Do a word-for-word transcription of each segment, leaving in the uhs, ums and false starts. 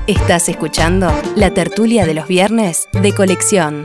Estás escuchando la tertulia de los viernes de Colección.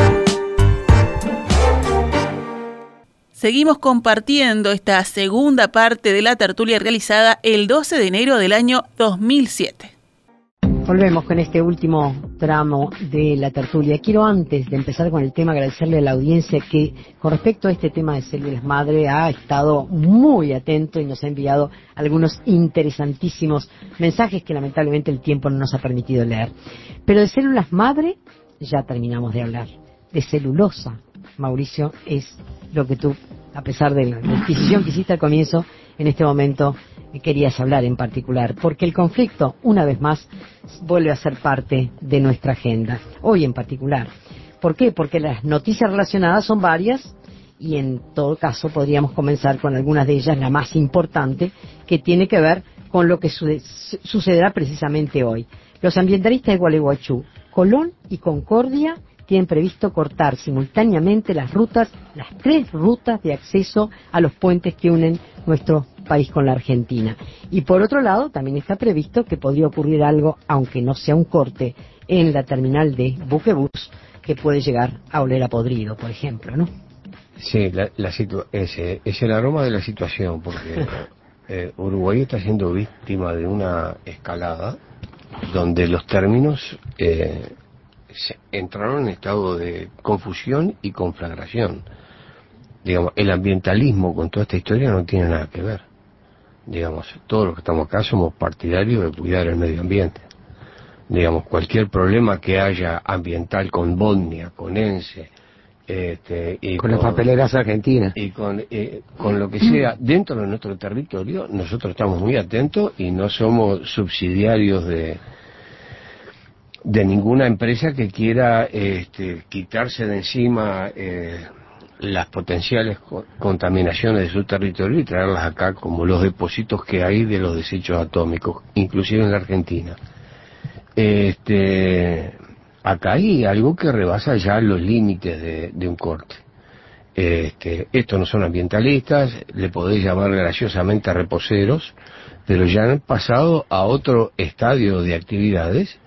Seguimos compartiendo esta segunda parte de la tertulia realizada el doce de enero del año dos mil siete. Volvemos con este último tramo de la tertulia. Quiero, antes de empezar con el tema, agradecerle a la audiencia que, con respecto a este tema de células madre, ha estado muy atento y nos ha enviado algunos interesantísimos mensajes que lamentablemente el tiempo no nos ha permitido leer. Pero de células madre ya terminamos de hablar. De celulosa, Mauricio, es lo que tú, a pesar de la disquisición que hiciste al comienzo, en este momento querías hablar en particular, porque el conflicto, una vez más, vuelve a ser parte de nuestra agenda, hoy en particular. ¿Por qué? Porque las noticias relacionadas son varias y en todo caso podríamos comenzar con algunas de ellas, la más importante, que tiene que ver con lo que su- sucederá precisamente hoy. Los ambientalistas de Gualeguaychú, Colón y Concordia tienen previsto cortar simultáneamente las rutas, las tres rutas de acceso a los puentes que unen nuestro país con la Argentina. Y por otro lado, también está previsto que podría ocurrir algo, aunque no sea un corte, en la terminal de buquebús, que puede llegar a oler a podrido, por ejemplo, ¿no? Sí, la, la situ- ese, es el aroma de la situación, porque eh, Uruguay está siendo víctima de una escalada donde los términos eh, se entraron en estado de confusión y conflagración. Digamos, el ambientalismo con toda esta historia no tiene nada que ver. Digamos, todos los que estamos acá somos partidarios de cuidar el medio ambiente. Digamos, cualquier problema que haya ambiental con Bosnia, con ENSE, este, y con las papeleras argentinas y con, eh, con lo que sea dentro de nuestro territorio, nosotros estamos muy atentos y no somos subsidiarios de de ninguna empresa que quiera este, quitarse de encima eh, las potenciales co- contaminaciones de su territorio y traerlas acá, como los depósitos que hay de los desechos atómicos, inclusive en la Argentina. Este, acá hay algo que rebasa ya los límites de, de un corte. Este, estos no son ambientalistas, le podéis llamar graciosamente a reposeros, pero ya han pasado a otro estadio de actividades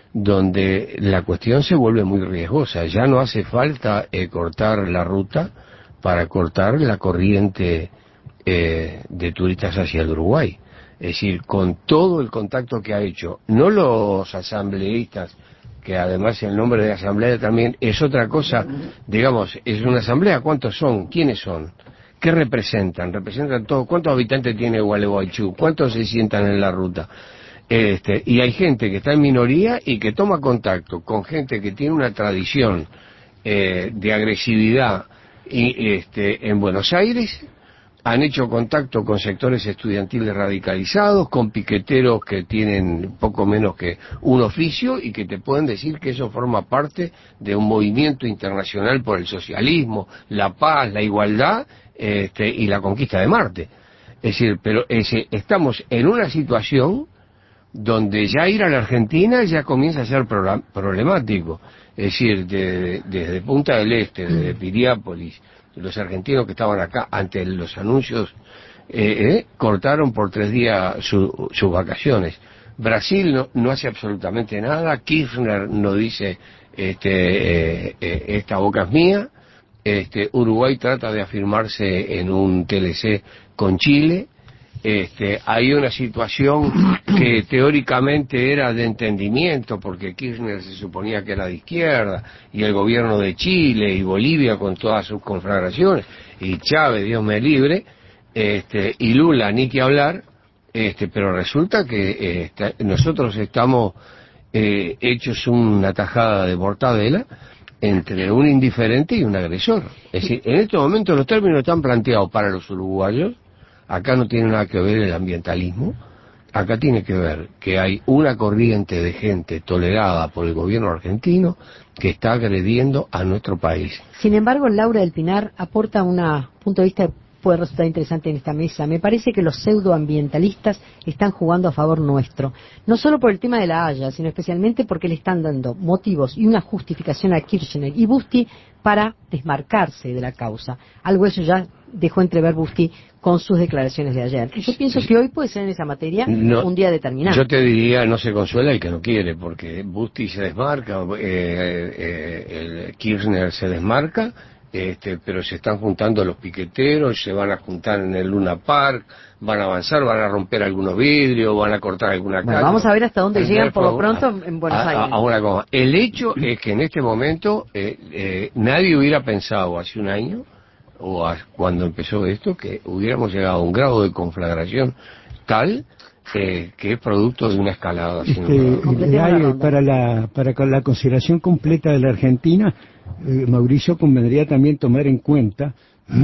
donde la cuestión se vuelve muy riesgosa. Ya no hace falta eh, cortar la ruta para cortar la corriente eh, de turistas hacia el Uruguay. Es decir, con todo el contacto que ha hecho, no los asambleístas, que además el nombre de asamblea también es otra cosa, digamos, es una asamblea, ¿cuántos son? ¿Quiénes son? ¿Qué representan? Representan todo. ¿Cuántos habitantes tiene Gualeguaychú? ¿Cuántos se sientan en la ruta? Este, y hay gente que está en minoría y que toma contacto con gente que tiene una tradición eh, de agresividad y, este, en Buenos Aires, han hecho contacto con sectores estudiantiles radicalizados, con piqueteros que tienen poco menos que un oficio y que te pueden decir que eso forma parte de un movimiento internacional por el socialismo, la paz, la igualdad este, y la conquista de Marte. Es decir, pero ese, estamos en una situación donde ya ir a la Argentina ya comienza a ser pro- problemático. Es decir, de- de- desde Punta del Este, desde Piriápolis, los argentinos que estaban acá ante los anuncios, eh, eh, cortaron por tres días su- sus vacaciones. Brasil no, no hace absolutamente nada, Kirchner no dice, este, eh, eh, esta boca es mía, este, Uruguay trata de afirmarse en un T L C con Chile. Este, hay una situación que teóricamente era de entendimiento, porque Kirchner se suponía que era de izquierda, y el gobierno de Chile y Bolivia con todas sus conflagraciones, y Chávez, Dios me libre, este, y Lula, ni que hablar, este, pero resulta que eh, está, nosotros estamos eh, hechos una tajada de mortadela entre un indiferente y un agresor. Es decir, en este momento los términos están planteados para los uruguayos. Acá no tiene nada que ver el ambientalismo, acá tiene que ver que hay una corriente de gente tolerada por el gobierno argentino que está agrediendo a nuestro país. Sin embargo, Laura del Pinar aporta un punto de vista que puede resultar interesante en esta mesa. Me parece que los pseudoambientalistas están jugando a favor nuestro, no solo por el tema de la Haya, sino especialmente porque le están dando motivos y una justificación a Kirchner y Busti para desmarcarse de la causa. Algo eso ya dejó entrever Busti con sus declaraciones de ayer. Yo pienso que hoy puede ser en esa materia no, un día determinado. Yo te diría, no se consuela el que no quiere, porque Busti se desmarca, eh, eh, el Kirchner se desmarca, este, pero se están juntando los piqueteros, se van a juntar en el Luna Park, van a avanzar, van a romper algunos vidrios, van a cortar alguna bueno, casa. Vamos a ver hasta dónde llegan por lo pronto en Buenos a, Aires. A, a una cosa. El hecho es que en este momento eh, eh, nadie hubiera pensado hace un año, o a, cuando empezó esto, que hubiéramos llegado a un grado de conflagración tal eh, que es producto de una escalada. Este, la para la para la consideración completa de la Argentina, eh, Mauricio, convendría también tomar en cuenta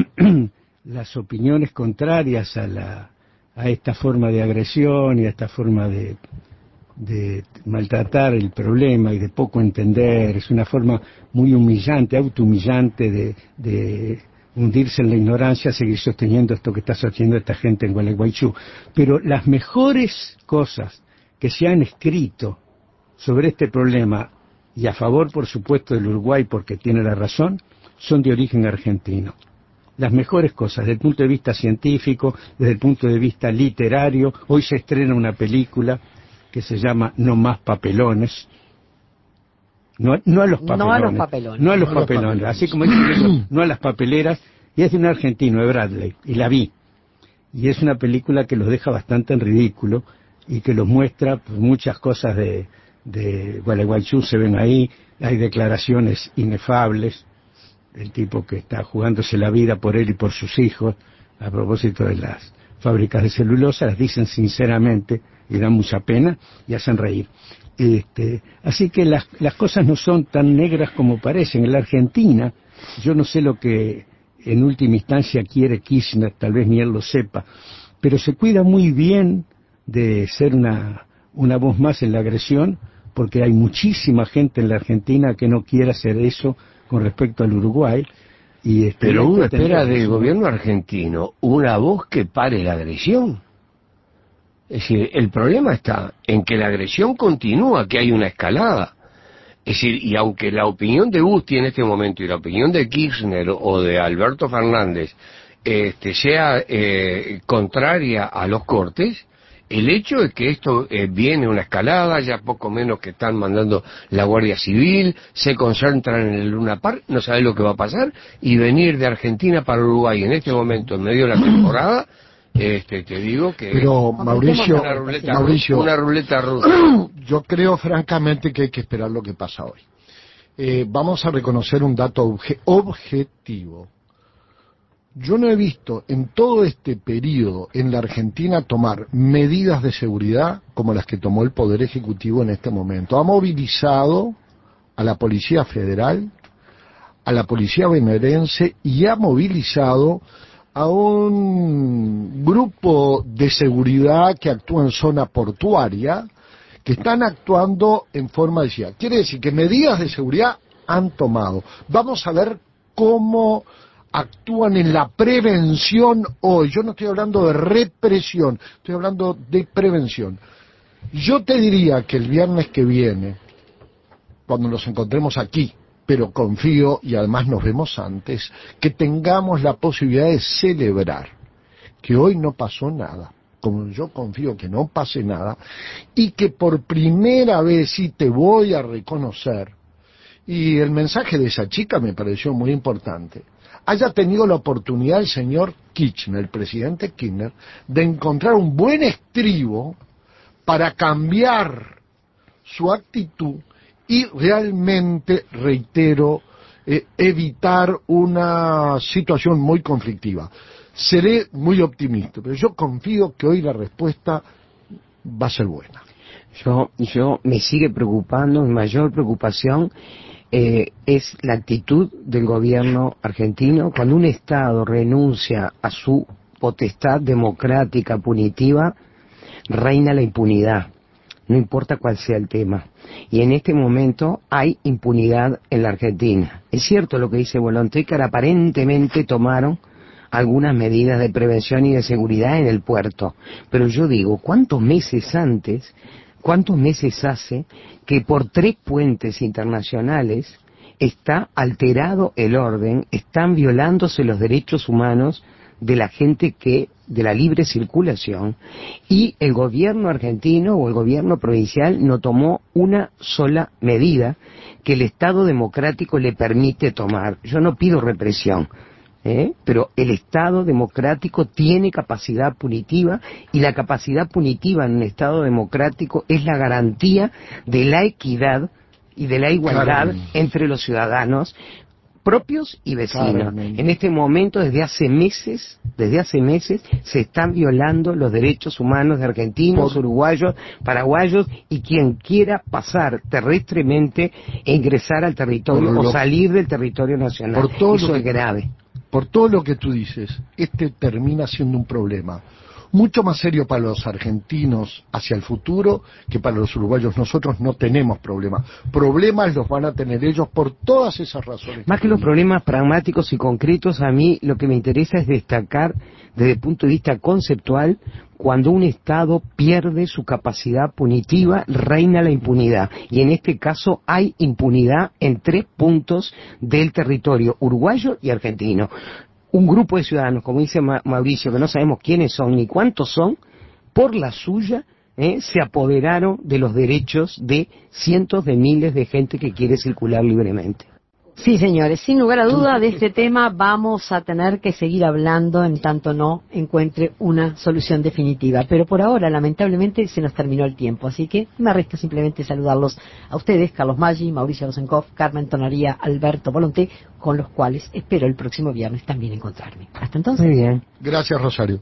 las opiniones contrarias a la a esta forma de agresión y a esta forma de de maltratar el problema y de poco entender. Es una forma muy humillante, autohumillante de, de hundirse en la ignorancia, seguir sosteniendo esto que está sosteniendo esta gente en Gualeguaychú. Pero las mejores cosas que se han escrito sobre este problema, y a favor, por supuesto, del Uruguay, porque tiene la razón, son de origen argentino. Las mejores cosas, desde el punto de vista científico, desde el punto de vista literario. Hoy se estrena una película que se llama No más papelones. No, no a los papelones. No a los papelones. No a los no papelones. Los papelones. Así como dice, no a las papeleras. Y es de un argentino, de Bradley, y la vi. Y es una película que los deja bastante en ridículo y que los muestra, pues, muchas cosas de, de Gualeguaychú se ven ahí. Hay declaraciones inefables. El tipo que está jugándose la vida por él y por sus hijos, a propósito de las fábricas de celulosa, las dicen sinceramente y dan mucha pena y hacen reír. Este, así que las, las cosas no son tan negras como parecen. En la Argentina, yo no sé lo que en última instancia quiere Kirchner, tal vez ni él lo sepa, pero se cuida muy bien de ser una, una voz más en la agresión, porque hay muchísima gente en la Argentina que no quiere hacer eso con respecto al Uruguay. Y este, pero uno espera del gobierno argentino una voz que pare la agresión. Es decir, el problema está en que la agresión continúa, que hay una escalada. Es decir, y aunque la opinión de Busti en este momento y la opinión de Kirchner o de Alberto Fernández este, sea eh, contraria a los cortes, el hecho es que esto eh, viene una escalada, ya poco menos que están mandando la Guardia Civil, se concentran en el Luna Park, no sabe lo que va a pasar, y venir de Argentina para Uruguay en este momento, en medio de la temporada, este, te digo que... Pero Mauricio, una ruleta, Mauricio, una ruleta rusa. Yo creo francamente que hay que esperar lo que pasa hoy. Eh, vamos a reconocer un dato obje objetivo. Yo no he visto en todo este periodo en la Argentina tomar medidas de seguridad como las que tomó el Poder Ejecutivo en este momento. Ha movilizado a la Policía Federal, a la Policía Bonaerense y ha movilizado a un grupo de seguridad que actúa en zona portuaria, que están actuando en forma de... Quiere decir que medidas de seguridad han tomado. Vamos a ver cómo actúan en la prevención hoy. Yo no estoy hablando de represión, estoy hablando de prevención. Yo te diría que el viernes que viene, cuando nos encontremos aquí, pero confío, y además nos vemos antes, que tengamos la posibilidad de celebrar que hoy no pasó nada, como yo confío que no pase nada, y que por primera vez sí te voy a reconocer, y el mensaje de esa chica me pareció muy importante, haya tenido la oportunidad el señor Kirchner, el presidente Kirchner, de encontrar un buen estribo para cambiar su actitud y realmente, reitero, eh, evitar una situación muy conflictiva. Seré muy optimista, pero yo confío que hoy la respuesta va a ser buena. Yo, yo me sigue preocupando, mi mayor preocupación eh, es la actitud del gobierno argentino. Cuando un Estado renuncia a su potestad democrática punitiva, reina la impunidad, no importa cuál sea el tema. Y en este momento hay impunidad en la Argentina. Es cierto lo que dice Volontecar, aparentemente tomaron algunas medidas de prevención y de seguridad en el puerto. Pero yo digo, ¿cuántos meses antes, cuántos meses hace que por tres puentes internacionales está alterado el orden, están violándose los derechos humanos de la gente que, de la libre circulación, y el gobierno argentino o el gobierno provincial no tomó una sola medida que el Estado democrático le permite tomar. Yo no pido represión, ¿eh? pero el Estado democrático tiene capacidad punitiva, y la capacidad punitiva en un Estado democrático es la garantía de la equidad y de la igualdad Carmen. entre los ciudadanos propios y vecinos. Carmen. En este momento, desde hace meses, desde hace meses, se están violando los derechos humanos de argentinos, Por... uruguayos, paraguayos y quien quiera pasar terrestremente e ingresar al territorio lo... o salir del territorio nacional. Por todo Eso lo que... es grave. Por todo lo que tú dices, este termina siendo un problema mucho más serio para los argentinos hacia el futuro que para los uruguayos. Nosotros no tenemos problemas. Problemas los van a tener ellos por todas esas razones. Más que los problemas pragmáticos y concretos, a mí lo que me interesa es destacar desde el punto de vista conceptual, cuando un Estado pierde su capacidad punitiva, reina la impunidad. Y en este caso hay impunidad en tres puntos del territorio uruguayo y argentino. Un grupo de ciudadanos, como dice Ma- Mauricio, que no sabemos quiénes son ni cuántos son, por la suya, eh, se apoderaron de los derechos de cientos de miles de gente que quiere circular libremente. Sí, señores, sin lugar a duda de este tema vamos a tener que seguir hablando en tanto no encuentre una solución definitiva. Pero por ahora, lamentablemente, se nos terminó el tiempo. Así que me resta simplemente saludarlos a ustedes, Carlos Maggi, Mauricio Rosenkopf, Carmen Tonaría, Alberto Volonté, con los cuales espero el próximo viernes también encontrarme. Hasta entonces. Muy bien. Gracias, Rosario.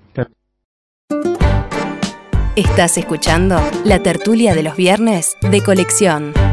Estás escuchando la tertulia de los viernes de Colección.